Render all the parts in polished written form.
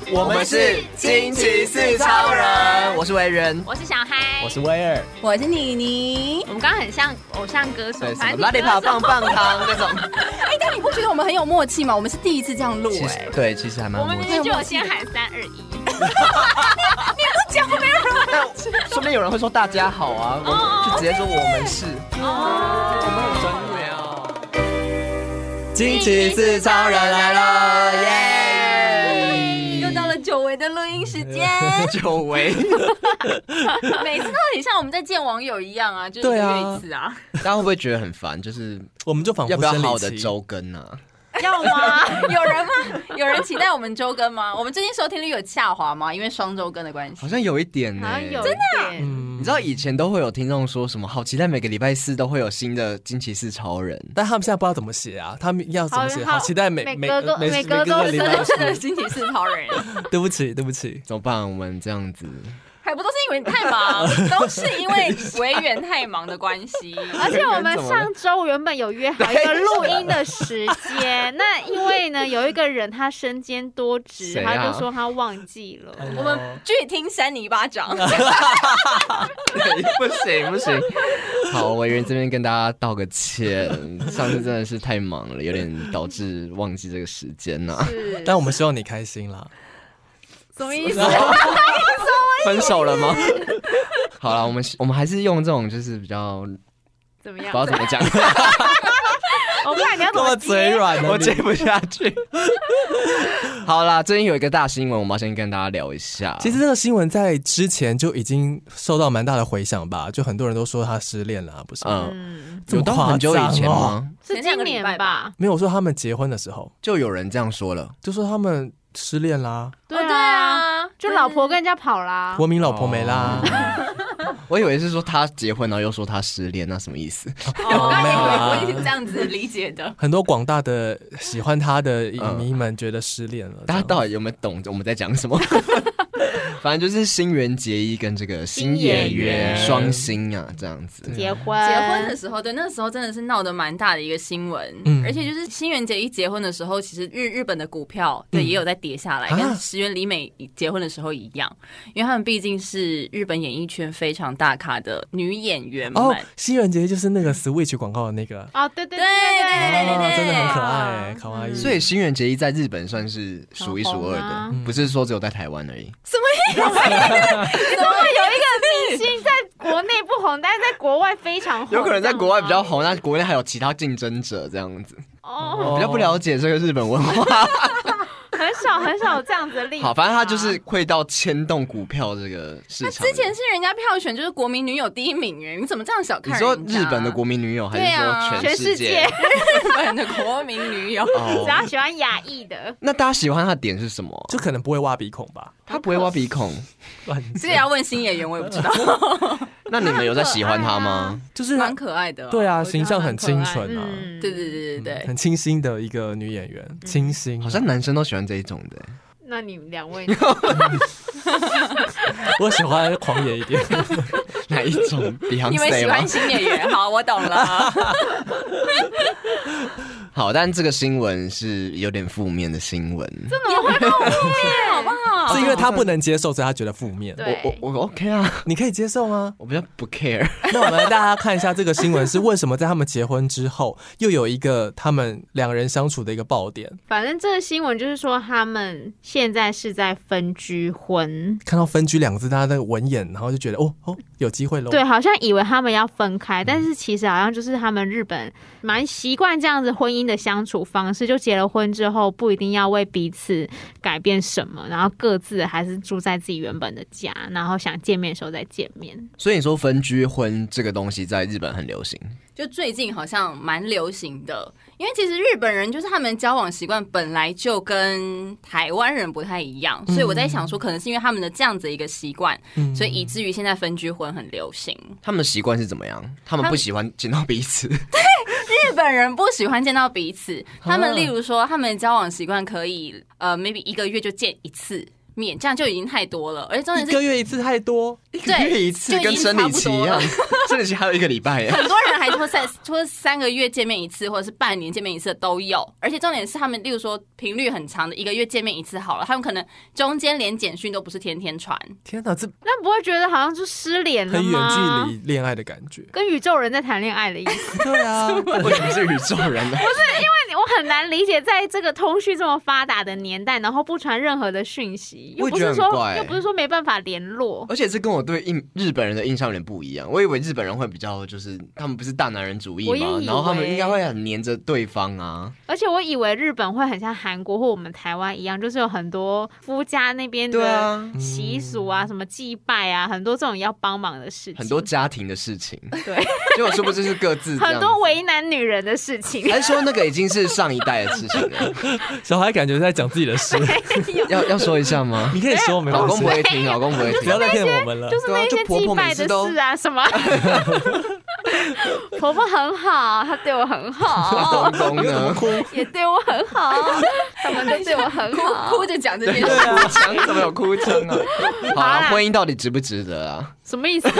我们是惊奇四超人，我是维人， 我是小嗨， 我是威尔， 我是妮妮。 我们刚刚很像偶像歌手， 对，什么拉力跑棒棒糖那种。 但你不觉得我们很有默契吗？我们是第一次这样录对，其实还蛮默契。 我们明明就有先喊3、2、1。 你不讲没有人， 说不定有人会说大家好啊，我就直接说我们是，我们很专业啊。惊奇四超人来了，耶！ 又到了久违的录音时间， 久违， 每次都很像我们在见网友一样啊，就是1个月一次啊。 大家会不会觉得很烦？就是我们就仿佛要不要好好的周更啊？ 要吗？有人吗？有人期待我们周更吗？我们最近收听率有下滑吗？因为双周更的关系， 好像有一点呢、 真的、 你知道以前都会有听众说什么好期待每个礼拜四都会有新的惊奇四超人， 但他们现在不知道怎么写啊，他们要怎么写？好期待每个都礼拜四的惊奇四超人。 对不起， 怎么办？我们这样子。 还不都是因为你太忙，都是因为维园太忙的关系。 而且我们上周原本有约好一个录音的时间，那因为呢有一个人他身兼多职，他就说他忘记了。 我们具听扇你一巴掌。 不行。好，维园这边跟大家道个歉，上次真的是太忙了，有点导致忘记这个时间呐。 但我们希望你开心啦。 什么意思？ 分手了吗？好了，我们还是用这种就是比较怎么样？ 不知道怎么讲。 我看你要怎么接， 嘴软了， 我接不下去。好啦，最近有一个大新闻，我们要先跟大家聊一下。 其实这个新闻在之前就已经受到蛮大的回响吧，就很多人都说他失恋了，不是？ 有到很久以前吗？ 是今年吧？ 没有，说他们结婚的时候就有人这样说了， 就说他们失恋啦。 对啊，就老婆跟人家跑啦， 国民老婆没啦。 我以为是说他结婚然后又说他失恋，那什么意思？ 我刚以为我也是这样子理解的。 很多广大的喜欢他的影迷们觉得失恋了， 大家到底有没有懂我们在讲什么？反正就是新垣结衣跟这个新演员双星啊，这样子结婚的时候，对，那时候真的是闹得蛮大的一个新闻。而且就是新垣结衣结婚的时候，其实日本的股票对也有在跌下来，跟石原里美结婚的时候一样，因为他们毕竟是日本演艺圈非常大咖的女演员们。 新垣结衣就是那个 Switch 广告的那个对，真的很可爱，卡哇伊。 所以新垣结衣在日本算是数一数二的，不是说只有在台湾而已。 什么意思？ 怎么有一个明星在国内不红，但是在国外非常红？ 有可能在国外比较红，那国内还有其他竞争者这样子。比较不了解这个日本文化。 很少有这样子的例子。 好，反正他就是会到牵动股票这个市场。 之前是人家票选就是国民女友第1名耶，你怎么这样小看人家？ 你说日本的国民女友，还是说全世界？ 日本的国民女友， 只要喜欢亚裔的。 那大家喜欢他的点是什么？ 就可能不会挖鼻孔吧？ 他不会挖鼻孔， 这个要问新演员，我也不知道。 那你们有在喜欢他吗？ 就是蛮可爱的。 对啊，形象很清纯啊。 对， 很清新的一个女演员，清新。 好像男生都喜欢这一种的。 那你们2位， 我喜欢狂野一点。 哪一种？ 你们喜欢新演员？好，我懂了。 好，但这个新闻是有点负面的新闻。 怎么会负面？好不好？ 是因为他不能接受，所以他觉得负面。 我 OK 啊， 你可以接受吗？ 我比较不 care。 那我们来大家看一下这个新闻是为什么在他们结婚之后，又有一个他们2人相处的一个爆点。 反正这个新闻就是说他们现在是在分居婚。 看到分居2个字，大家的文眼，然后就觉得有机会咯。 对，好像以为他们要分开，但是其实好像就是他们日本蛮习惯这样子婚姻的相处方式，就结了婚之后不一定要为彼此改变什么，然后各自还是住在自己原本的家，然后想见面的时候再见面。 所以你说分居婚这个东西在日本很流行？ 就最近好像蛮流行的，因为其实日本人就是他们交往习惯本来就跟台湾人不太一样，所以我在想说可能是因为他们的这样子一个习惯，所以以至于现在分居婚很流行。 他们的习惯是怎么样？他们不喜欢见到彼此。对， 日本人不喜欢见到彼此，他们例如说他们交往习惯可以maybe1个月就见1次。 免，这样就已经太多了。而且重点是 1个月1次太多 ，1个月1次跟生理期一样，生理期还有1个礼拜耶。 很多人还说3个月见面1次，或者是半年见面1次的都有。而且重点是他们，例如说频率很长的1个月见面1次好了，他们可能中间连简讯都不是天天传。 天哪，这那不会觉得好像就失联了吗？ 很远距离恋爱的感觉， 跟宇宙人在谈恋爱的意思。 对啊， 为什么是宇宙人呢？ 不是因为我很难理解，在这个通讯这么发达的年代，然后不传任何的讯息，又不是说没办法联络。 而且这跟我对日本人的印象有点不一样。我以为日本人会比较就是他们不是大男人主义吗？然后他们应该会很黏着对方啊。 而且我以为日本会很像韩国或我们台湾一样，就是有很多夫家那边的习俗啊，什么祭拜啊，很多这种要帮忙的事情， 很多家庭的事情。 对， 结果殊不知是各自这样子很多为难女人的事情。 还是说那个已经是上一代的事情了？ 小孩感觉在讲自己的事， 要说一下吗？ 你可以说，没关系。 老公不会听，老公不会听， 不要再骗我们了。 就是那些祭拜的事啊，什么。婆婆很好，她对我很好。 公公呢？ 也对我很好，他们都对我很好。 哭着讲这件事， 哭腔怎么有哭腔啊？好啦，婚姻到底值不值得啊？ 什么意思？为什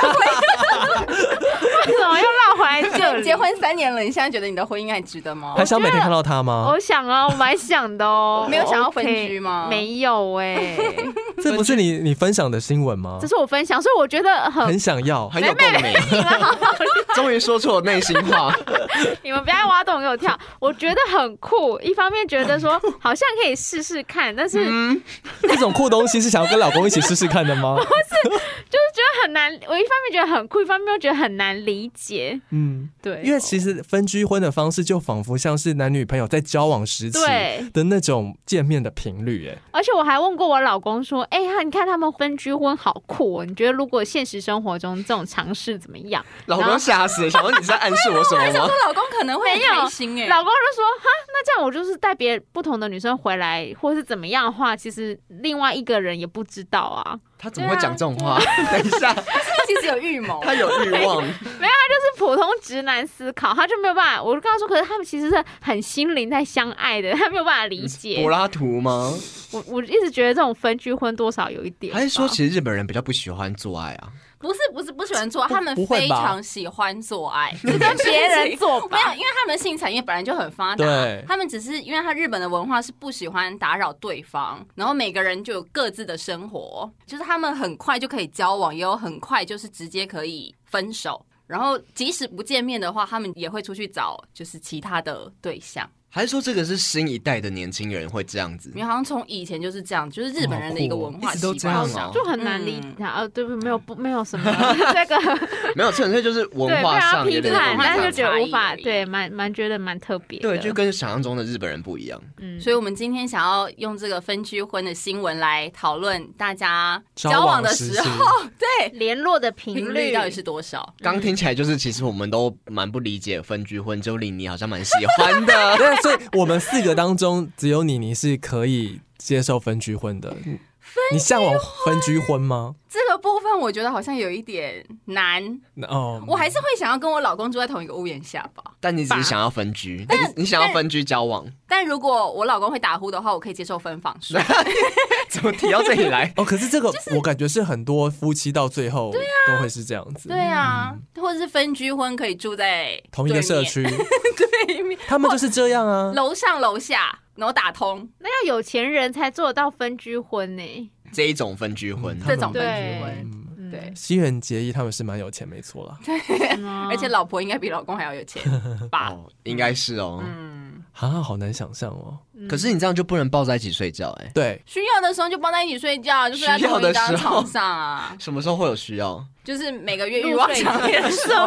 么又绕回来这里？ 结婚3年了，你现在觉得你的婚姻还值得吗？ 还想每天看到他吗？ 我想啊，我蛮想的哦。 没有想要分居吗？ 没有哎。 这不是你分享的新闻吗？ 这是我分享，所以我觉得很想要， 很有共鸣。终于说出我内心话。 你们不要挖洞给我跳，我觉得很酷。一方面觉得说好像可以试试看，但是这种酷东西是想要跟老公一起试试看的吗？ 不是，就是觉得很难。我一方面觉得很酷，一方面又觉得很难理解。对， 因为其实分居婚的方式就仿佛像是男女朋友在交往时期的那种见面的频率。 而且我还问过我老公说：“你看他们分居婚好酷哦，你觉得如果现实生活中这种尝试怎么样？” 老公吓死，想说你在暗示我什么吗？ 想说老公可能会很开心老公就说：“哈，那这样我就是带别不同的女生回来，或是怎么样的话，其实另外一个人也不知道啊。” 他怎么会讲这种话？等一下， 他其实有预谋， 他有欲望。 没有，他就是普通直男思考，他就没有办法。我就跟他说，可是他们其实是很心灵在相爱的，他没有办法理解。 柏拉图吗？ 我一直觉得这种分居婚多少有一点。 还是说，其实日本人比较不喜欢做爱啊？ 不是不喜欢做，他们非常喜欢做爱， 就跟别人做吧。 没有，因为他们的性产业本来就很发达，他们只是因为日本的文化是不喜欢打扰对方，然后每个人就有各自的生活，就是他们很快就可以交往，也有很快就是直接可以分手，然后即使不见面的话，他们也会出去找就是其他的对象。 还是说这个是新一代的年轻人会这样子？ 因为好像从以前就是这样，就是日本人的一个文化习惯上， 就很难理解。对，没有什么这个没有，纯粹就是文化上批判，但是就觉得无法对，觉得蛮特别的。 对，就跟想象中的日本人不一样。 所以我们今天想要用这个分居婚的新闻来讨论大家交往的时候，对联络的频率到底是多少？ 刚听起来就是其实我们都蛮不理解分居婚，就令你好像蛮喜欢的。 对，所以我们4个当中只有你是可以接受分居婚的。你向往分居婚吗？ 这个部分我觉得好像有一点难我还是会想要跟我老公住在同一个屋檐下吧。 但你只是想要分居，你想要分居交往。 但如果我老公会打呼的话，我可以接受分房睡。 怎么提到这里来？ 可是这个我感觉是很多夫妻到最后都会是这样子。 对啊，或者是分居婚可以住在同一个社区， 对面， 他们就是这样啊， 楼上楼下，然后打通。 那要有钱人才做得到分居婚呢。 这一种分居婚， 这种分居婚，对， 西元结衣他们是蛮有钱，没错啦。 对，而且老婆应该比老公还要有钱吧？ 应该是哦。 好难想象哦。 可是你这样就不能抱在一起睡觉对， 需要的时候就抱在一起睡觉，就睡在同一张床上啊。 什么时候会有需要？ 就是每个月欲望强烈的时候。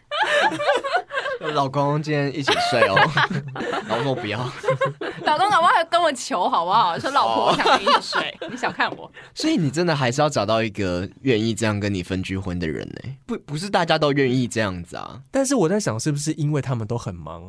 老公今天一起睡哦。老公说不要。 老公搞不好还跟我求好不好？说老婆我想跟你一起睡，你小看我。 所以你真的还是要找到一个愿意这样跟你分居婚的人呢？不是大家都愿意这样子啊。 但是我在想，是不是因为他们都很忙啊？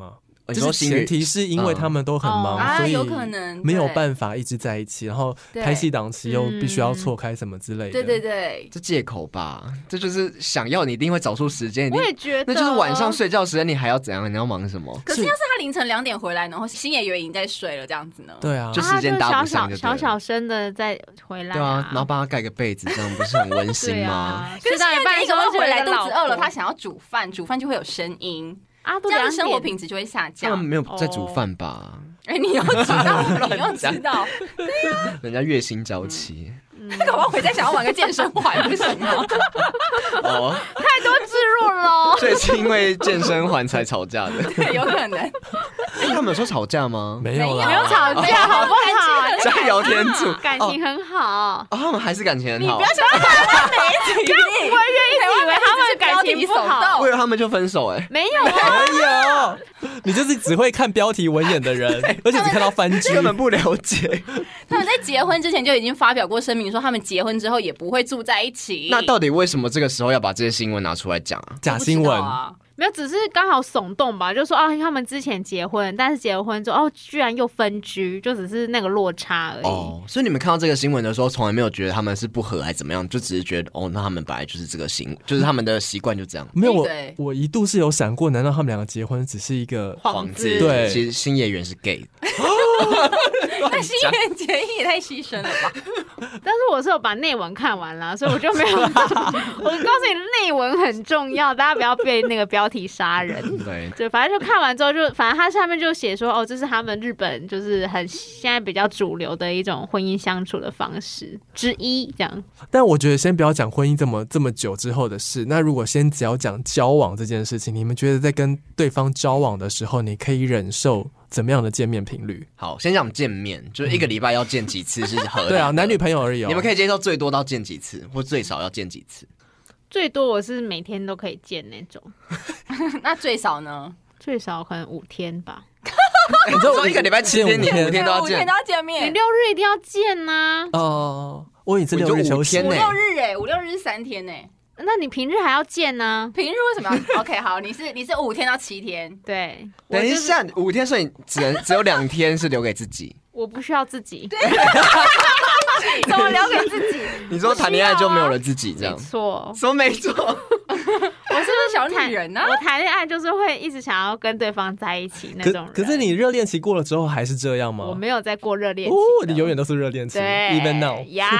就是前提是因为他们都很忙，所以有可能没有办法一直在一起，然后拍戏档期又必须要错开什么之类的。 对， 这借口吧，这就是想要你一定会找出时间。 我也觉得， 那就是晚上睡觉时间，你还要怎样？你要忙什么？ 可是要是他凌晨2点回来，然后星爷以为已经在睡了，这样子呢？ 对啊， 就时间搭不上就对了， 小声的再回来。 对啊，然后帮他盖个被子，这样不是很温馨吗？ 可是星爷一个会回来肚子饿了，他想要煮饭就会有声音。这样生活品质就会下降。 他们没有在煮饭吧？ 你又知道，你又知道，对呀， 人家月薪娇妻， 他搞不好回家想要玩个健身环，不行吗？ 太多置入了， 所以是因为健身环才吵架的， 对，有可能。 他们有说吵架吗？ 没有啦， 没有吵架，好不好？ 加油添醋， 感情很好。 他们还是感情很好。 你不要想到他们每一集，我也以为他们感情不好， 我以为他们就分手没有， 你就是只会看标题文眼的人，而且只看到番剧， 根本不了解。 他们在结婚之前就已经发表过声明，说他们结婚之后也不会住在一起。 那到底为什么这个时候要把这些新闻拿出来讲啊？ 假新闻没有，只是刚好耸动吧，就说他们之前结婚，但是结了婚之后居然又分居，就只是那个落差而已。 所以你们看到这个新闻的时候，从来没有觉得他们是不和还怎么样，就只是觉得那他们本来就是这个就是他们的习惯就这样。 没有，我一度是有闪过，难道他们两个结婚只是一个幌子？ 对， 其实新演员是 gay。 那新垣结衣也太牺牲了吧？ 但是我是有把内文看完了，所以我就没有。我告诉你，内文很重要，大家不要被那个标题杀人。对，反正就看完之后反正他下面就写说，这是他们日本就是现在比较主流的一种婚姻相处的方式之一，这样。 但我觉得先不要讲婚姻这么久之后的事，那如果只要讲交往这件事情，你们觉得在跟对方交往的时候，你可以忍受怎么样的见面频率？ 好，先讲见面，就是一个礼拜要见几次是合理的。 对啊，男女朋友而已。 你们可以接受最多到见几次，或最少要见几次？ 最多我是每天都可以见那种。 那最少呢？ 最少可能5天吧。 你说一个礼拜7天，你5天都要见， 你6日一定要见呐。 我以前6日休息 5、6日5、6日是3天那你平日还要见呢？ 平日为什么要？OK， 好，你是5天到7天， 对。 等一下，5天，所以只有2天是留给自己。 我不需要自己， 对，怎么留给自己？ 你说谈恋爱就没有了自己，这样没错？ 说没错。 我是不是小女人呢？ 我谈恋爱就是会一直想要跟对方在一起那种人。 可是你热恋期过了之后还是这样吗？ 我没有在过热恋期你永远都是热恋期。Even now，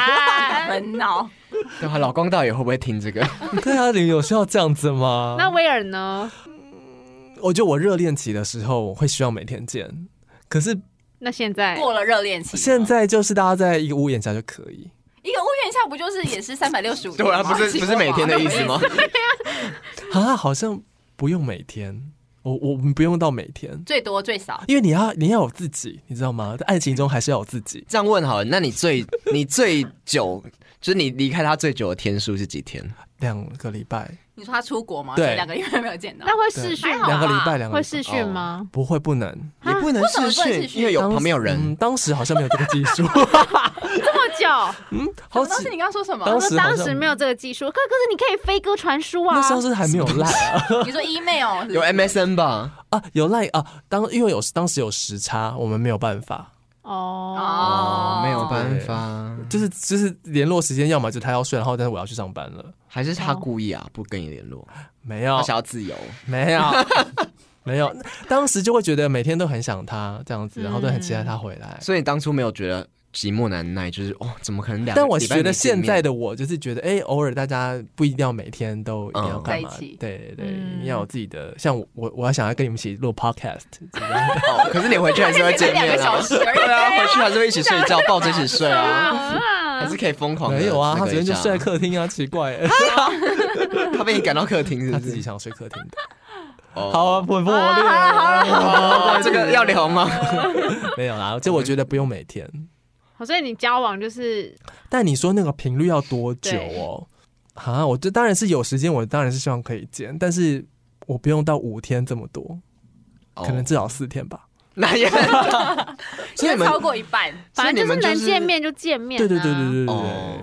Even now。 对啊，老公到底会不会听这个？ 对啊，你有需要这样子吗？ 那威尔呢？ 我觉得我热恋期的时候，我会希望每天见。可是那现在过了热恋期， 现在就是大家在一个屋檐下就可以。 一个屋檐下不就是也是365天？ 对啊，不是每天的意思吗？ 好像不用每天。我们不用到每天， 最多最少， 因为你要有自己，你知道吗？在爱情中还是要有自己。 这样问好了，那你最久，就是你离开他最久的天数是几天 ？2个礼拜。 你说他出国吗？ 对 ，2个月没有见到。 那会视讯吗？2 个礼拜会视讯吗？ 不会，不能， 也不能视讯，因为旁边有人。 当时好像没有这个技术。 这么久？ 当时你刚刚说什么？ 当时没有这个技术，可是你可以飞鸽传书啊。 那时候是还没有赖啊。 你说 email 有 MSN 吧？ 有赖啊，因为当时有时差，我们没有办法。 没有办法， 就是联络时间，要么就他要睡，然后但是我要去上班了， 还是他故意不跟你联络？ 没有， 他想要自由？ 没有，当时就会觉得每天都很想他这样子，然后都很期待他回来。 所以你当初没有觉得寂寞难耐，就是怎么可能但我觉得现在的我就是觉得，偶尔大家不一定要每天都一定要干嘛，对，你要有自己的，像我要想要跟你们一起录 podcast， 可是你回去还是会见面啊，对啊，回去还是会一起睡觉，抱着一起睡啊，还是可以疯狂的。 没有啊，他昨天就睡在客厅啊，奇怪， 他被你赶到客厅是不是？ 他自己想睡客厅的。好啊，不烈， 这个要聊吗？ 没有啦，就我觉得不用每天。 所以你交往就是， 但你说那个频率要多久哦？我这当然是有时间，我当然是希望可以见，但是我不用到5天这么多，可能至少4天吧。 那也， 所以超过一半， 反正就是能见面就见面。 对。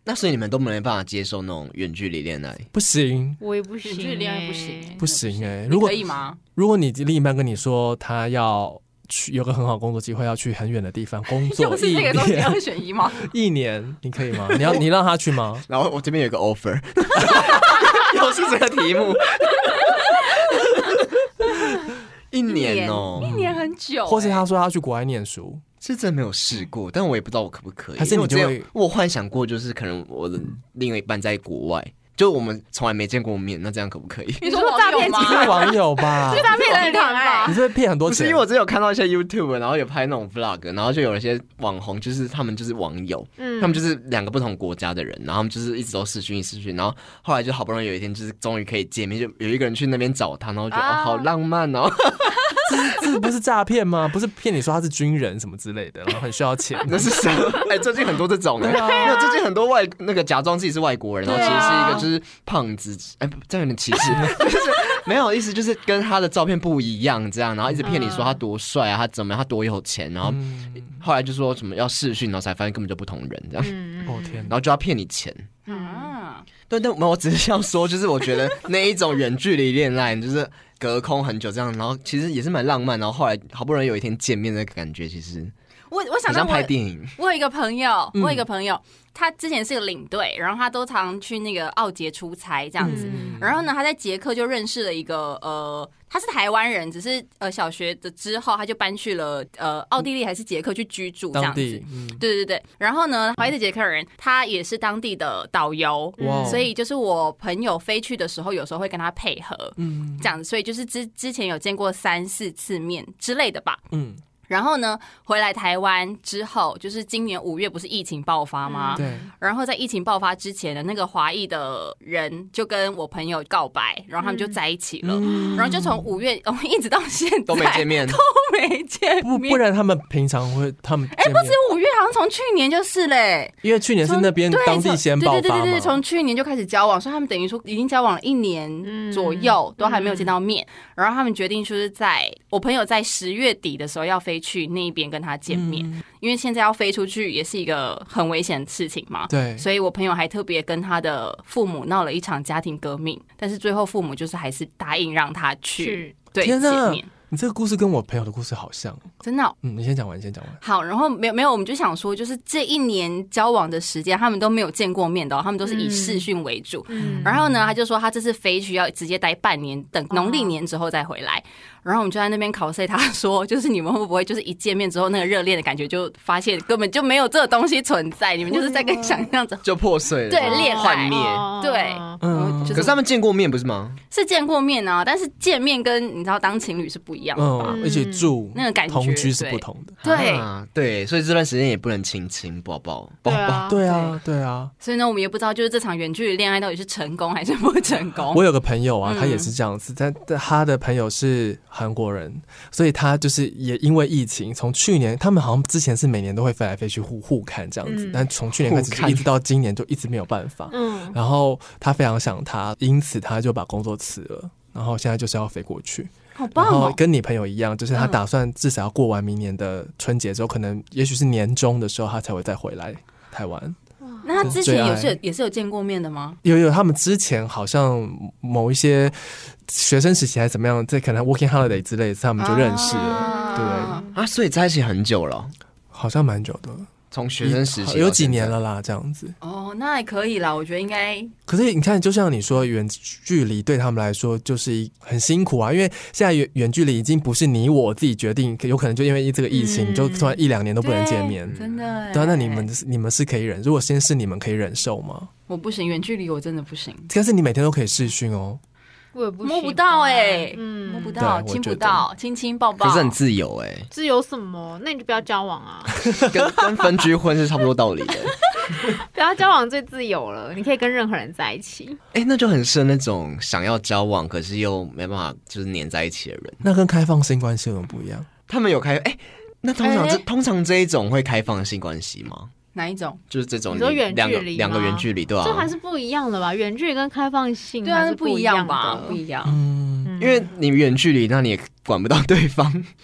那所以你们都没办法接受那种远距离恋爱？ 不行， 我也不行， 远距离恋爱不行， 不行哎。 如果可以吗？ 如果你另一半跟你说他要去有个很好工作机会，要去很远的地方工作， 又是这个东西2选1吗 ？1年你可以吗？你让他去吗？ 然后我这边有一个 offer， 又是这个题目。1年哦 ，1年很久， 或是他说他去国外念书， 是真的没有试过，但我也不知道我可不可以。 还是你就会我幻想过，就是可能我的另一半在国外，就我们从来没见过面，那这样可不可以？ 你说诈骗集团？是网友吧？ 是诈骗集团吧？ 你是不是骗很多钱？ 不是，因为我之前有看到一些 YouTube， 然后有拍那种 vlog， 然后就有一些网红，就是他们就是网友，他们就是2个不同国家的人，然后他们就是一直都视讯，然后后来就好不容易有一天，就是终于可以见面，就有一个人去那边找他，然后觉得好浪漫哦。 这不是诈骗吗？不是骗你说他是军人什么之类的，然后很需要钱。 那是什么？最近很多这种没有，最近很多那个假装自己是外国人，然后其实是一个就是胖子，这样有点歧视，就是没有意思，就是跟他的照片不一样，这样，然后一直骗你说他多帅啊，他怎么样，他多有钱，然后后来就说什么要视讯，然后才发现根本就不同人，这样， 哦天， 然后就要骗你钱。对，但我只是要说，就是我觉得那一种远距离恋爱，就是隔空很久这样，然后其实也是蛮浪漫，然后后来好不容易有一天见面的感觉，其实我想到拍电影。 我有一个朋友，他之前是个领队，然后他都常去那个奥捷出差这样子。然后呢，他在捷克就认识了一个他是台湾人，只是小学的之后他就搬去了奥地利还是捷克去居住这样子。对。然后呢，怀疑的捷克人，他也是当地的导游，所以就是我朋友飞去的时候，有时候会跟他配合，这样子。所以就是之前有见过3-4次面之类的吧。然后呢，回来台湾之后，就是今年5月不是疫情爆发吗？ 对。 然后在疫情爆发之前的那个华裔的人就跟我朋友告白，然后他们就在一起了。然后就从5月一直到现在都没见面， 不然他们平常会他们不止5月，好像从去年就是嘞， 因为去年是那边当地先爆发嘛， 对，从去年就开始交往，所以他们等于说已经交往了1年左右，都还没有见到面。然后他们决定就是在我朋友在10月底的时候要飞去那边跟他见面，因为现在要飞出去也是一个很危险的事情嘛。 对， 所以我朋友还特别跟他的父母闹了一场家庭革命，但是最后父母就是还是答应让他去对见面。 你这个故事跟我朋友的故事好像， 真的你先讲完。 好，然后没有，我们就想说，就是这1年交往的时间，他们都没有见过面的，他们都是以视讯为主。然后呢，他就说他这次飞去要直接待半年，等农历年之后再回来。然后我们就在那边考试，他说，就是你们会不会就是一见面之后那个热恋的感觉，就发现根本就没有这个东西存在，你们就是在跟想象着就破碎了， 对，恋爱幻灭， 对， 可是他们见过面不是吗？ 是见过面啊，但是见面跟你知道当情侣是不一样的吧？ 一起住那个感觉， 同居是不同的。 对， 所以这段时间也不能亲抱抱。 对啊。 所以呢，我们也不知道就是这场远距离恋爱到底是成功还是不成功。 我有个朋友啊，他也是这样子，但他的朋友是韩国人，所以他就是也因为疫情，从去年他们好像之前是每年都会飞来飞去互看这样子，但从去年开始就一直到今年就一直没有办法。然后他非常想他，因此他就把工作辞了，然后现在就是要飞过去。 好棒哦！ 然后跟你朋友一样，就是他打算至少要过完明年的春节之后，可能也许是年中的时候，他才会再回来台湾。 那他之前也是有见过面的吗？ 有，他们之前好像某一些学生时期还是怎么样，这可能 working holiday 之类的，他们就认识了。对啊，所以在一起很久了， 好像蛮久的。 从学生时期有几年了啦，这样子。 那还可以啦，我觉得应该。 可是你看，就像你说，远距离对他们来说就是很辛苦啊，因为现在远距离已经不是你我自己决定，有可能就因为这个疫情，就突然1-2年都不能见面。 真的。 对啊，那你们是可以忍，如果先是你们可以忍受吗？ 我不行，远距离我真的不行。 但是你每天都可以视讯哦。 我也不摸不到摸不到，亲不到，亲亲抱抱， 可是很自由自由什么？那你就不要交往啊， 跟分居婚是差不多道理的。 不要交往最自由了，你可以跟任何人在一起。 那就很适合那种想要交往可是又没办法就是黏在一起的人。 那跟开放性关系有什么不一样？ 他们有那通常这一种会开放性关系吗？ 哪一种？ 就是这种， 你说远距离， 两个远距离，对啊， 这还是不一样的吧？远距离跟开放性， 对啊，是不一样吧？不一样。 因为你远距离，那你也管不到对方，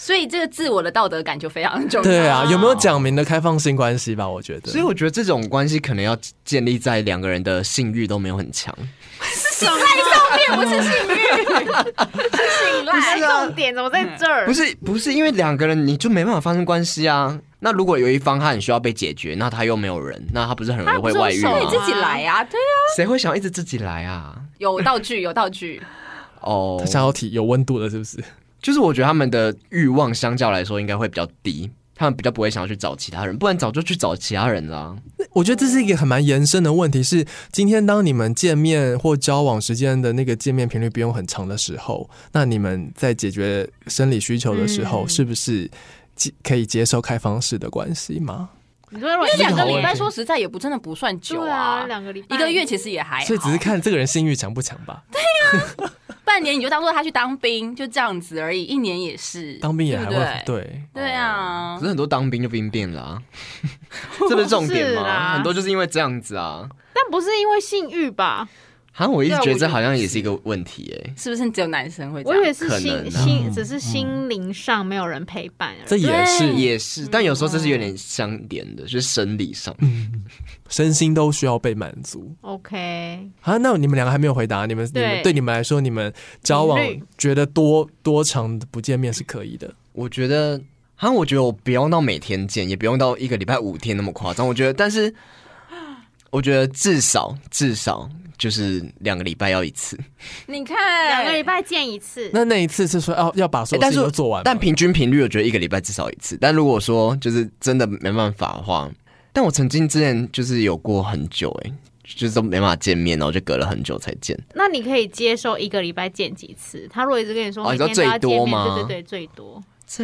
所以这个自我的道德感就非常重要。 对啊，有没有讲明的开放性关系吧？我觉得， 所以我觉得这种关系可能要建立在两个人的性欲都没有很强。 性爱上面不是性欲，是性赖。 重点怎么在这儿？ 不是，因为两个人你就没办法发生关系啊。那如果有一方他很需要被解决，那他又没有人，那他不是很容易会外遇吗？ 可以自己来啊，对啊。 谁会想要一直自己来啊？ 有道具。 哦， 他想要体有温度的，是不是？ 就是我觉得他们的欲望相较来说应该会比较低，他们比较不会想要去找其他人，不然早就去找其他人了啊。 我觉得这是一个很蛮延伸的问题，是今天当你们见面或交往时间的那个见面频率不用很长的时候，那你们在解决生理需求的时候，是不是可以接受开放式的关系吗？ 因为2个礼拜说实在也不真的不算久啊 ，2个礼拜 1个月其实也还好， 所以只是看这个人性欲强不强吧。 对啊，半年你就当做他去当兵，就这样子而已，1年也是当兵也还会对啊。 可是很多当兵就兵变了啊，这不是重点吗？很多就是因为这样子啊， 但不是因为性欲吧？ 我一直觉得这好像也是一个问题是不是只有男生会这样？ 我以为是只是心灵上没有人陪伴而已。 这也是，但有时候这是有点相连的，就是生理上， 身心都需要被满足。 OK， 那你们两个还没有回答，你们对你们来说，你们交往觉得多长不见面是可以的？ 我觉得我不用到每天见，也不用到1个礼拜5天那么夸张。我觉得，但是我觉得至少就是2个礼拜要1次。 你看 ，2个礼拜见1次， 那一次是说要把所有事情都做完吗？ 但平均频率我觉得1个礼拜至少1次。但如果说就是真的没办法的话，但我曾经之前就是有过很久就是都没办法见面，然后就隔了很久才见。 那你可以接受1个礼拜见几次？他如果一直跟你说每天都要见面， 最多吗？ 对，最多。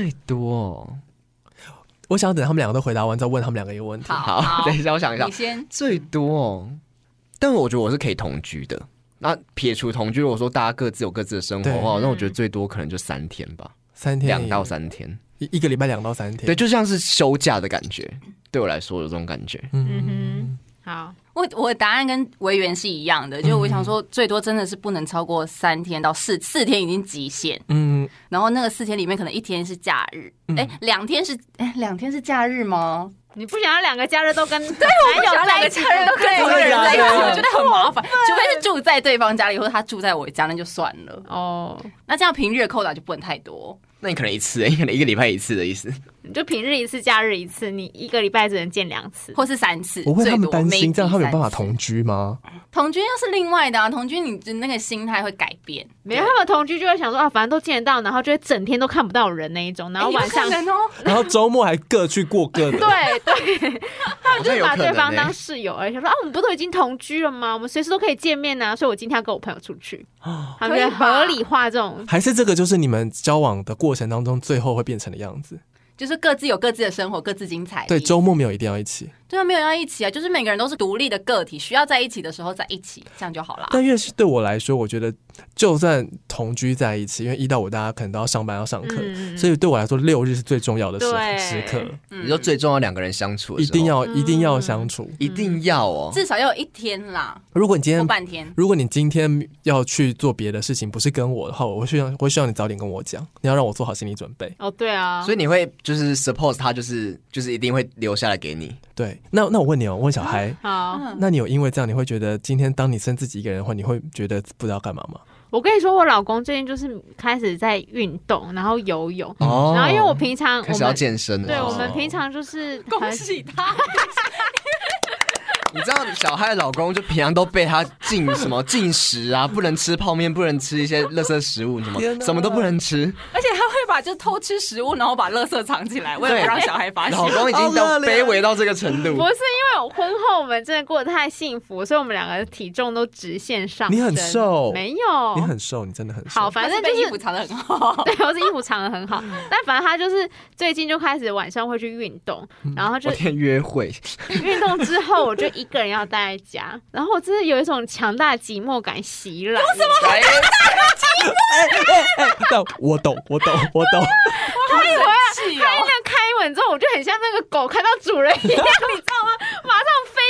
我想等他们两个都回答完，再问他们两个一个问题。 好，等一下，我想一下。 你先。 最多但我觉得我是可以同居的。那撇除同居，如果说大家各自有各自的生活的话，那我觉得最多可能就3天吧，2到3天 ，1个礼拜2到3天。 对，就像是休假的感觉，对我来说有这种感觉。 好。 我的答案跟维园是一样的，就我想说最多真的是不能超过3天到4天已经极限。然后那个4天里面可能1天是假日，2天是假日吗？ 你不想要2个假日都跟对，我不想要2个假日都跟这个人在一起，我觉得很麻烦。除非是住在对方家里，或者他住在我家，那就算了。哦，那这样平日的扣打就不能太多。 那你可能1次，你可能1个礼拜1次的意思。 你就平日1次，假日1次，你1个礼拜只能见2次， 或是3次。 我会他们担心，这样他们有办法同居吗？ 同居又是另外的啊，同居你的那个心态会改变。 没有，他们同居就会想说反正都见得到，然后就会整天都看不到人那一种，然后晚上， 然后周末还各去过各的。 对，他们就是把对方当室友，而且说我们不都已经同居了吗？我们随时都可以见面啊，所以我今天要跟我朋友出去。他们就合理化这种， 还是这个就是你们交往的过程当中最后会变成的样子？ 就是各自有各自的生活，各自精彩。 对，周末没有一定要一起。 对啊，没有要一起啊，就是每个人都是独立的个体，需要在一起的时候在一起，这样就好了。 但越是对我来说，我觉得就算同居在一起，因为1到5大家可能都要上班要上课，所以对我来说6日是最重要的时刻。 你说最重要2个人相处的时候，一定要相处， 一定要哦， 至少要有1天啦。 如果你今天半天， 如果你今天要去做别的事情，不是跟我的话，我会希望你早点跟我讲，你要让我做好心理准备。 哦，对啊， 所以你会就是 suppose 他就是一定会留下来给你。 对，那我问你我问小孩， 好， 那你有因为这样，你会觉得今天当你剩自己一个人的话，你会觉得不知道干嘛吗？ 我跟你说，我老公最近就是开始在运动，然后游泳，然后因为我平常开始要健身了， 对，我们平常就是恭喜他。 你知道小孩的老公就平常都被他禁食啊，不能吃泡面，不能吃一些垃圾食物，什么都不能吃， 而且他会把就偷吃食物，然后把垃圾藏起来，为了不让小孩发现。 老公已经到卑微到这个程度。 不是因为我婚后我们真的过得太幸福，所以我们2个体重都直线上升。 你很瘦？ 没有， 你很瘦，你真的很瘦。 好，反正就是衣服藏得很好。 对，我是衣服藏得很好，但反正他就是最近就开始晚上会去运动，然后就我天约会。 运动之后，我就一个人要待在家，然后我真的有一种强大的寂寞感袭来。 有什么好强大的寂寞？ 我懂。 他一回来，他一开门之后，我就很像那个狗看到主人一样，你知道吗？马上飞奔到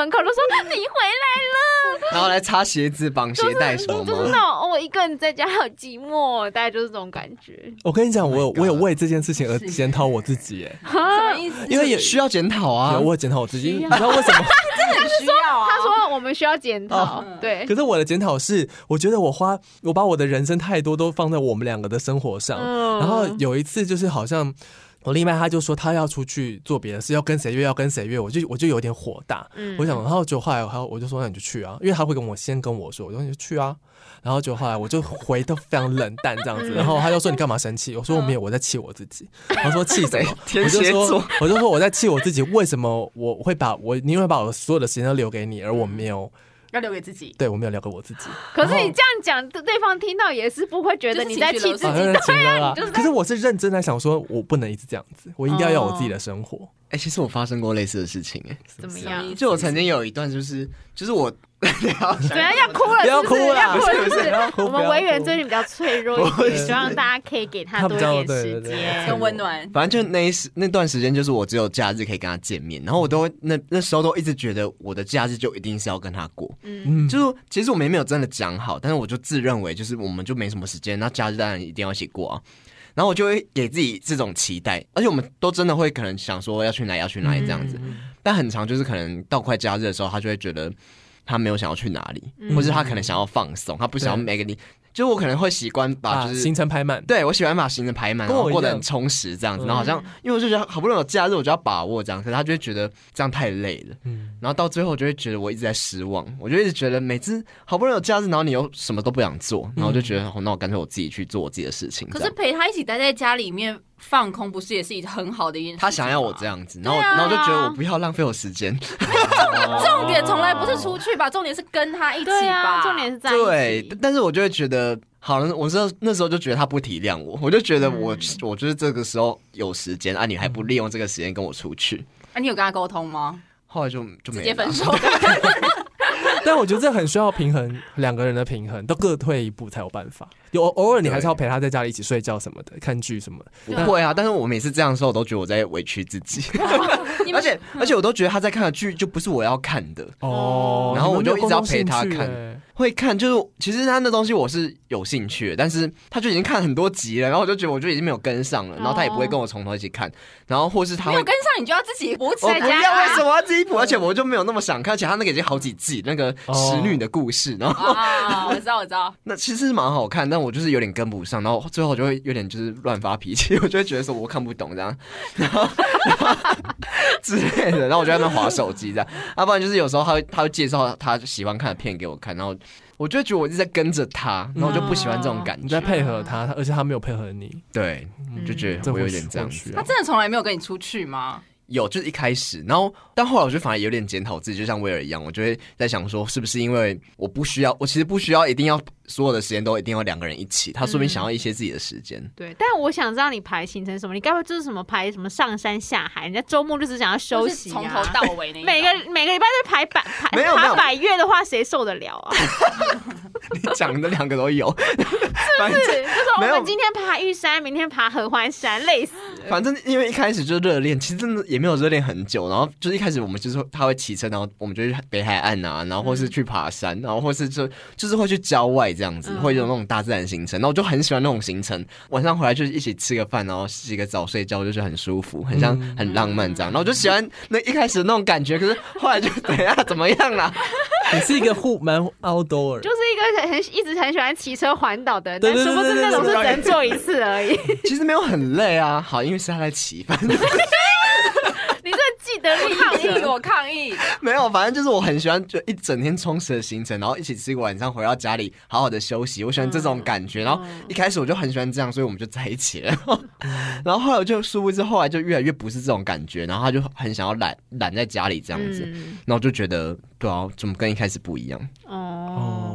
门口，就说你回来了， 然后来擦鞋子、绑鞋带什么吗？ 就是那种我一个人在家好寂寞，大概就是这种感觉。 我跟你讲，我有为这件事情而检讨我自己耶， 什么意思？ 因为也需要检讨啊。 我有检讨我自己，你知道为什么？ 很需要啊。 他说我们需要检讨，对。 可是我的检讨是，我觉得我把我的人生太多都放在我们两个的生活上，然后有一次就是好像。我另外他就说他要出去做别的事，要跟谁约，我就有点火大，我想，然后就后来我就说那你就去啊，因为他会先跟我说，我说你就去啊，然后就后来我就回都非常冷淡这样子，然后他就说你干嘛生气？我说我没有，我在气我自己。他说气什么？ 天蝎座， 我就说我在气我自己，为什么你会把我所有的时间都留给你，而我没有。 要留给自己， 对我没有留给我自己。 可是你这样讲，对方听到也是不会觉得你在气自己，对啊， 可是我是认真在想说，我不能一直这样子，我应该要有我自己的生活。 其实我发生过类似的事情， 怎么样？ 就我曾经有一段，就是我。 怎样要哭了？ 不要哭了， 是不是？我们维园最近比较脆弱一点，希望大家可以给他多一点时间跟温暖。 反正就那段时间，就是我只有假日可以跟他见面，然后我都会那时候都一直觉得我的假日就一定是要跟他过。就是其实我们也没有真的讲好，但是我就自认为就是我们就没什么时间，那假日当然一定要一起过啊。然后我就会给自己这种期待，而且我们都真的会可能想说要去哪里这样子，但很常就是可能到快假日的时候，他就会觉得他没有想要去哪里，或是他可能想要放松，他不想要每个就我可能会习惯把就是行程排满， 对我喜欢把行程排满，然后过得很充实这样子，然后好像因为我就觉得好不容易有假日，我就要把握这样，可是他就会觉得这样太累了，然后到最后我就会觉得我一直在失望，我就一直觉得每次好不容易有假日，然后你又什么都不想做，然后我就觉得那我干脆我自己去做我自己的事情。 可是陪他一起待在家里面放空，不是也是一个很好的一件事情？ 他想要我这样子，然后我就觉得我不要浪费我时间。 重点从来不是出去吧，重点是跟他一起吧， 重点是在一起。 对，但是我就会觉得。好了，我那时候就觉得他不体谅我，我就觉得我就是这个时候有时间啊，你还不利用这个时间跟我出去啊？你有跟他沟通吗？ 后来就没直接分手。 但我觉得这很需要平衡，两个人的平衡都各退一步才有办法。偶尔你还是要陪他在家里一起睡觉什么的，看剧什么的。 不会啊，但是我每次这样的时候，我都觉得我在委屈自己，而且我都觉得他在看的剧就不是我要看的哦，然后我就一直要陪他看。会看，就是其实他那东西我是有兴趣的，但是他就已经看很多集了，然后我就觉得我就已经没有跟上了，然后他也不会跟我从头一起看，然后或是他会没有跟上，你就要自己补起来。 我不要，为什么要自己补？而且我就没有那么想看，而且他那个已经好几季那个使女的故事，然后我知道， 那其实蛮好看，但我就是有点跟不上，然后最后我就会有点就是乱发脾气，我就会觉得说我看不懂这样，然后之类的，然后我就在那滑手机这样，要不然就是有时候他会介绍他喜欢看的片给我看，然后。我就觉得我一直在跟着他，然后我就不喜欢这种感觉。 你在配合他，而且他没有配合你。 对，就觉得我有点这样子。 他真的从来没有跟你出去吗？ 有，就是一开始，然后但后来我就反而有点检讨自己，就像威尔一样，我就会在想说，是不是因为我其实不需要一定要所有的时间都一定要两个人一起，他说明想要一些自己的时间。 对，但我想知道你排行程什么？你该不会就是什么排什么上山下海？人家周末就只想要休息， 从头到尾那每个礼拜都排没有爬100月的话，谁受得了啊？ 你讲的两个都有， 是不是？就是我们今天爬玉山，明天爬合欢山，累死了。 反正因为一开始就热恋，其实真的也没有热恋很久，然后就是一开始我们就是他会骑车，然后我们就去北海岸啊，然后或是去爬山，然后或是就是会去郊外这样子，会有那种大自然行程，然后我就很喜欢那种行程。晚上回来就是一起吃个饭，然后洗个澡睡觉，就是很舒服，很像很浪漫这样。然后我就喜欢那一开始的那种感觉，可是后来就怎么样啦？ 你是一个蛮 outdoor， 就是一个一直很喜欢骑车环岛的人，但殊不知那种是只能做一次而已。 其实没有很累啊，好，因为是他在骑，反正你这既得利益者， 我抗议。 没有，反正就是我很喜欢就一整天充实的行程，然后一起吃个晚上，回到家里好好的休息。我喜欢这种感觉，然后一开始我就很喜欢这样，所以我们就在一起了。然后后来我就殊不知，后来就越来越不是这种感觉，然后他就很想要懒在家里这样子，然后我就觉得对啊，怎么跟一开始不一样？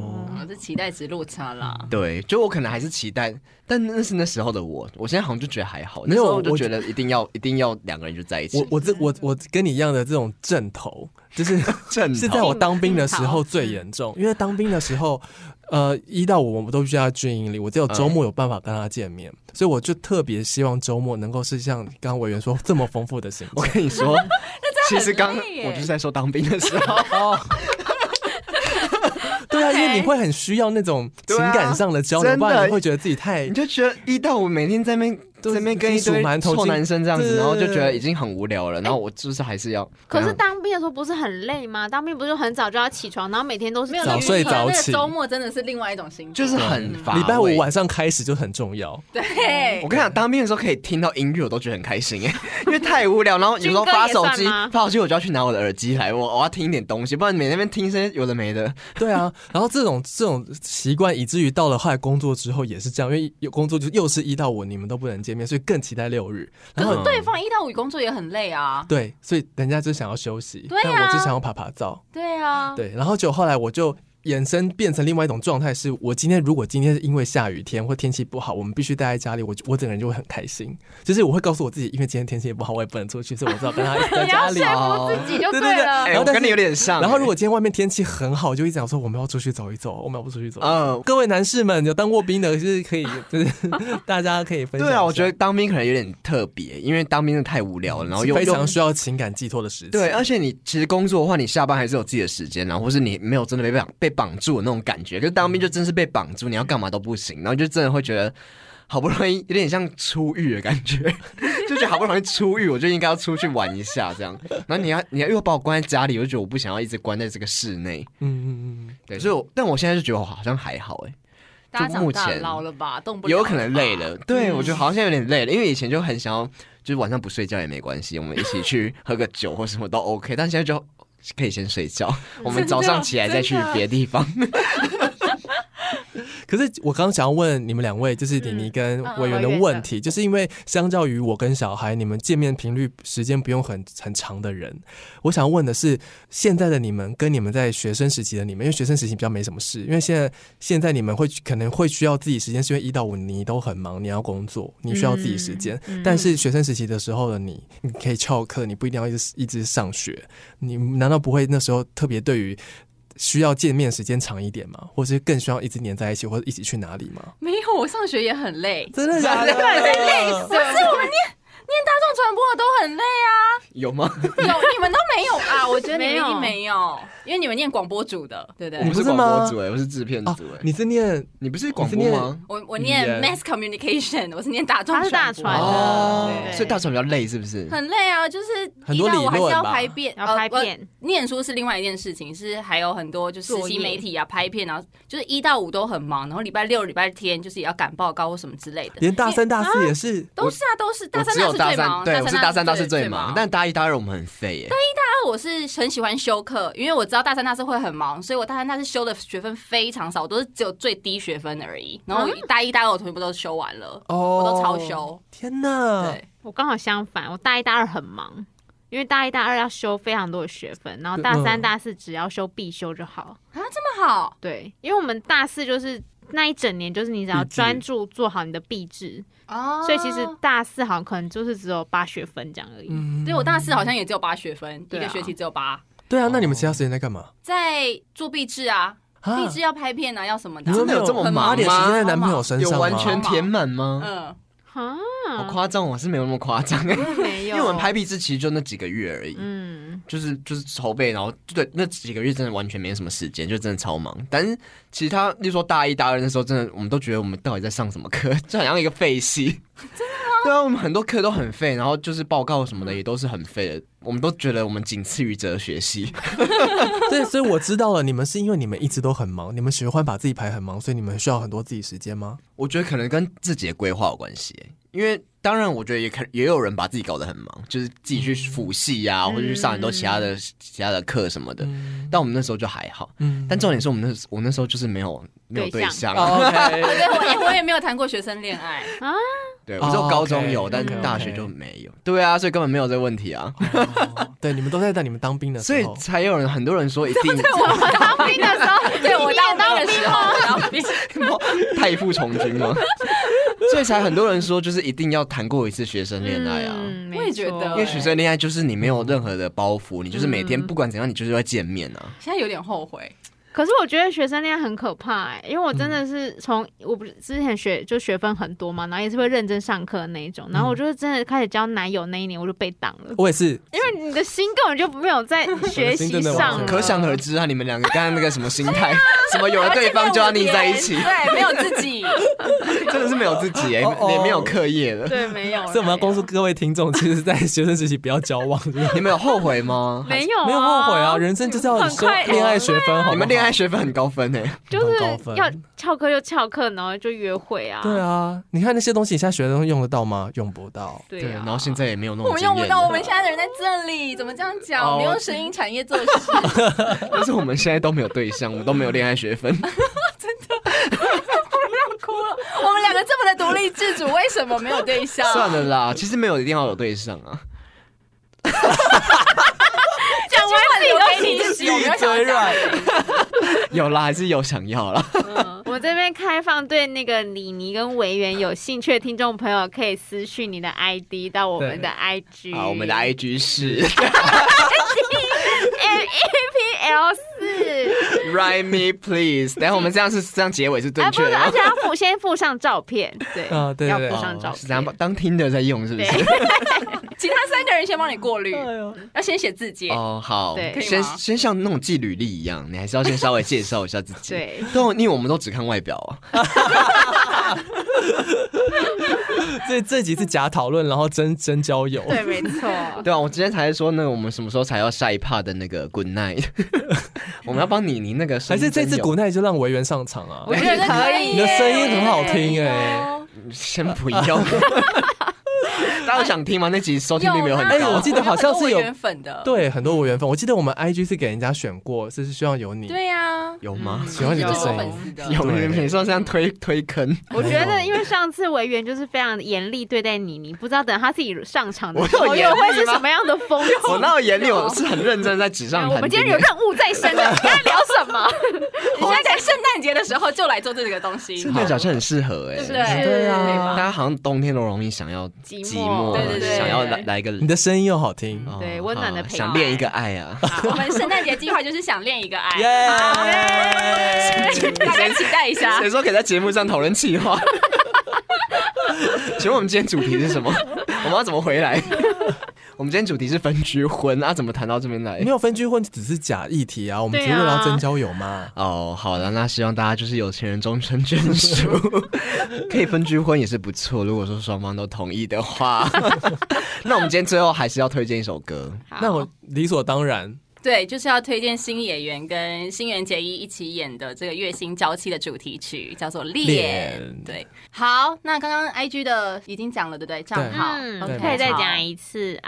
这期待值落差啦。 对，就我可能还是期待，但那是那时候的我现在好像就觉得还好。那时候我就觉得一定要2个人就在一起。 我跟你一样的这种阵头，就是是在我当兵的时候最严重，因为当兵的时候。1到5我们都必须要军营里，我只有周末有办法跟他见面，所以我就特别希望周末能够是像刚刚委员说这么丰富的行程。 我跟你说，其实刚我就是在说当兵的时候。 对啊，因为你会很需要那种情感上的交流，不然你会觉得自己太， 你就觉得1到5每天在那边跟一堆臭男生这样子，然后就觉得已经很无聊了。然后我就是还是要。 可是当兵的时候不是很累吗？当兵不是很早就要起床，然后每天都是早睡早起。 周末真的是另外一种心情， 就是很乏味。 礼拜5晚上开始就很重要。 对， 我跟你讲，当兵的时候可以听到音乐，我都觉得很开心耶，因为太无聊。然后有时候发手机我就要去拿我的耳机来，我要听一点东西，不然每那边听一些有的没的。 对啊，然后这种习惯，以至于到了后来工作之后也是这样，因为有工作就又是1到5你们都不能见面，所以更期待6日。 可是对方1到5工作也很累啊。 对，所以人家就想要休息， 对啊， 但我只想要爬照。 对啊， 对，然后就后来我就衍生变成另外一种状态，是我如果今天是因为下雨天或天气不好，我们必须待在家里，我整个人就会很开心。就是我会告诉我自己，因为今天天气不好，我也不能出去，所以我知道跟他在家里。 你要说服自己就对了。 我跟你有点像。 然后如果今天外面天气很好，就一直讲说我们要出去走一走，我们要不出去走。各位男士们有当过兵的，就是可以，就是大家可以分享。 对啊，我觉得当兵可能有点特别，因为当兵真的太无聊了，然后又非常需要情感寄托的时间。 对，而且你其实工作的话，你下班还是有自己的时间，然后或是你没有真的被绑住的那种感觉。可是当兵就真是被绑住，你要干嘛都不行，然后就真的会觉得好不容易有点像出狱的感觉，就觉得好不容易出狱，我就应该要出去玩一下这样。然后你要又把我关在家里，我就觉得我不想要一直关在这个室内。对，所以但我现在就觉得我好像还好大家长大老了吧，动不了， 有可能累了。对，我觉得好像有点累了，因为以前就很想要，就是晚上不睡觉也没关系，我们一起去喝个酒或什么都 OK， 但现在就可以先睡觉，我们早上起来再去别的地方。 可是我刚刚想要问你们2位，就是妮妮跟委员的问题，就是因为相较于我跟小孩，你们见面频率时间不用很长的人，我想要问的是，现在的你们跟你们在学生时期的你们，因为学生时期比较没什么事，因为现在你们可能会需要自己时间，是因为1到5你都很忙，你要工作，你需要自己时间，但是学生时期的时候的你可以翘课，你不一定要一直上学，你难道不会那时候特别对于需要见面时间长一点吗？或是更需要一直黏在一起，或者一起去哪里吗？ 没有，我上学也很累。 真的假的？ 累死！不是我们念大众传播的都很累啊。 有吗？ 有，你们都没有啊？我觉得你们一定没有，因为你们念广播组的，对不对？ 我不是广播组我是制片组你是念？ 你不是广播吗？ 我念 mass communication， 我是念大众传播。 他是大传的，所以大传比较累，是不是？ 很累啊，就是很多理论吧， 还是要拍片， 要拍片。 念书是另外一件事情，是还有很多就是实习媒体啊、拍片，然后就是1到5都很忙，然后礼拜6、礼拜天就是也要赶报告或什么之类的。 连大3、大4也是， 都是啊，都是大3、大4最忙。 对，我是大3、大4最忙，但大1、大2我们很废耶。 大1、大2我是很喜欢修课，因为我知道大3、大4会很忙，所以我大3、大4修的学分非常少，我都是只有最低学分而已。然后大1、大2我同学不都修完了，我都超修。 天哪！ 对， 我刚好相反，我大1、大2很忙，因为大1、大2要修非常多的学分，然后大3、大4只要修必修就好。 啊，这么好？ 对，因为我们大4就是那一整年，就是你只要专注做好你的毕制。所以其实大4好像可能就是只有8学分这样而已。 对，我大4好像也只有8学分，一个学期只有8。 对啊，那你们其他时间在干嘛？ 在做毕制啊，毕制要拍片啊，要什么的。 真的有这么忙吗？ 花点时间在男朋友身上吗？ 有完全填满吗？好夸张，我是没有那么夸张， 没有， 因为我们拍毕制其实就那几个月而已，就是筹备，然后对那几个月真的完全没什么时间，就真的超忙。但是其他，例如说大1、大2的时候，真的我们都觉得我们到底在上什么课，就好像一个废系。真的吗？对啊，我们很多课都很废，然后就是报告什么的也都是很废的，我们都觉得我们仅次于哲学系。 对，所以我知道了，你们是因为你们一直都很忙，你们喜欢把自己排很忙，所以你们需要很多自己时间吗？ 我觉得可能跟自己的规划有关系，因为当然我觉得也有人把自己搞得很忙，就是自己去辅系啊，或者去上很多其他的课什么的。但我们那时候就还好。但重点是我那时候就是没有对象。 Okay. 对，我也没有谈过学生恋爱啊。 对，我只有高中有，但大学就没有。对啊，所以根本没有这个问题啊。 对，你们都在你们当兵的时候， 所以才有很多人说一定。 我当兵的时候， 对我当兵的时候， 太傅从军吗？所以才很多人说，就是一定要谈过一次学生恋爱啊。 我也觉得， 因为学生恋爱就是你没有任何的包袱，你就是每天不管怎样，你就是会见面啊。 现在有点后悔。 可是我觉得学生恋爱很可怕因为我真的是我不是之前学分很多嘛，然后也是会认真上课的那一种，然后我就是真的开始交男友那一年我就被挡了。 我也是， 因为你的心根本就没有在学习上了， 可想而知啊，你们两个刚刚那个什么心态，什么有了对方就要腻在一起， 对，没有自己， 真的是没有自己也没有课业了， 对，没有。 所以我们要告诉各位听众，其实，在学生时期不要交往。 你们有后悔吗？ 没有， 没有后悔啊，人生就是要修恋爱学分，好不好？ 你们恋爱学分很高分。 就是要翘课就翘课，然后就约会啊。 对啊，你看那些东西，你现在学生用得到吗？用不到。 对啊， 然后现在也没有那种我们用不到，我们现在的人在这里，怎么这样讲？我们用声音产业做事， 但是我们现在都没有对象，我们都没有恋爱学分。 真的，我要哭了。我们两个这么的独立自主，为什么没有对象？ 算了啦，其实没有一定要有对象啊。 讲完留给你自己，我没有想讲。 有啦，还是有想要啦。 我这边开放对那个李妮跟维园有兴趣的听众朋友，可以私讯你的 ID 到我们的 IG。 好，我们的 IG 是 MEPL4 Write me please。等一下我们这样结尾是正确的， 而且要先附上照片，对， 对， 要附上照片。 是这样当听的在用，是不是？ 其他3个人先帮你过滤，要先写自介哦。好， 对， 先像那种寄履历一样，你还是要先稍微介绍一下自己。 对， 因为我们都只看外表啊。 这集是假讨论，然后真交友。 对，没错。 对啊，我今天才说那个我们什么时候才要下一 part 的那个 Good Night。我们要帮你那个还是这次 Good Night 就让维园上场啊？ 我觉得可以， 你的声音很好听先不要。大家想听吗？那集收听率没有很高。 我记得好像是有缘粉的， 对，很多委员粉。我记得我们 IG 是给人家选过，是希望有你。 对呀， 有吗？ 喜欢你的声音， 有你说这样推坑。 我觉得，因为上次委员就是非常严厉对待你不知道等他自己上场的时候又会是什么样的风景。 我哪有严厉？我是很认真在纸上谈兵。 我们今天有任务在身的，你在聊什么？ 你现在在圣诞节的时候就来做这个东西， 圣诞角色很适合对不对？ 对啊， 大家好像冬天都容易想要寂寞， 对， 想要来一个。 你的声音又好听， 对，温暖的陪伴， 想练一个爱啊！ 我们圣诞节计划就是想练一个爱， 大家期待一下。 谁说可以在节目上讨论企划？请问我们今天主题是什么？我们要怎么回来？我们今天主题是分居婚啊，怎么谈到这边来？ 没有分居婚只是假议题啊，我们只是为了要真交友嘛。 哦，好的，那希望大家就是有钱人终成眷属，可以分居婚也是不错。如果说双方都同意的话，那我们今天最后还是要推荐一首歌。 那我理所当然。 对，就是要推荐新演员跟新垣结衣一起演的这个月薪娇妻的主题曲，叫做《恋》。对，好，那刚刚 IG 的已经讲了，对不对？账号可以再讲一次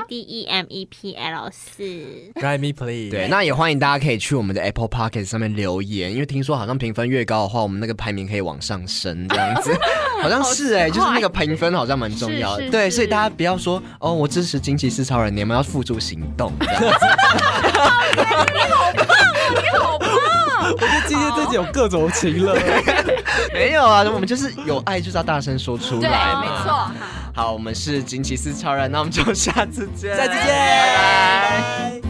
RIDEMEPL4 Write me please。 对，那也欢迎大家可以去我们的 Apple Podcast 上面留言，因为听说好像评分越高的话，我们那个排名可以往上升，这样子。好像是就是那个评分好像蛮重要的。对，所以大家不要说哦，我支持惊奇四超人，你们要付诸行动，这样子。 你好棒，你好棒！ 我觉得今天这集有各种情了。 没有啊，我们就是有爱就是要大声说出来。 对，没错。 好，我们是惊奇四超人，那我们就下次见， 下次见，拜拜。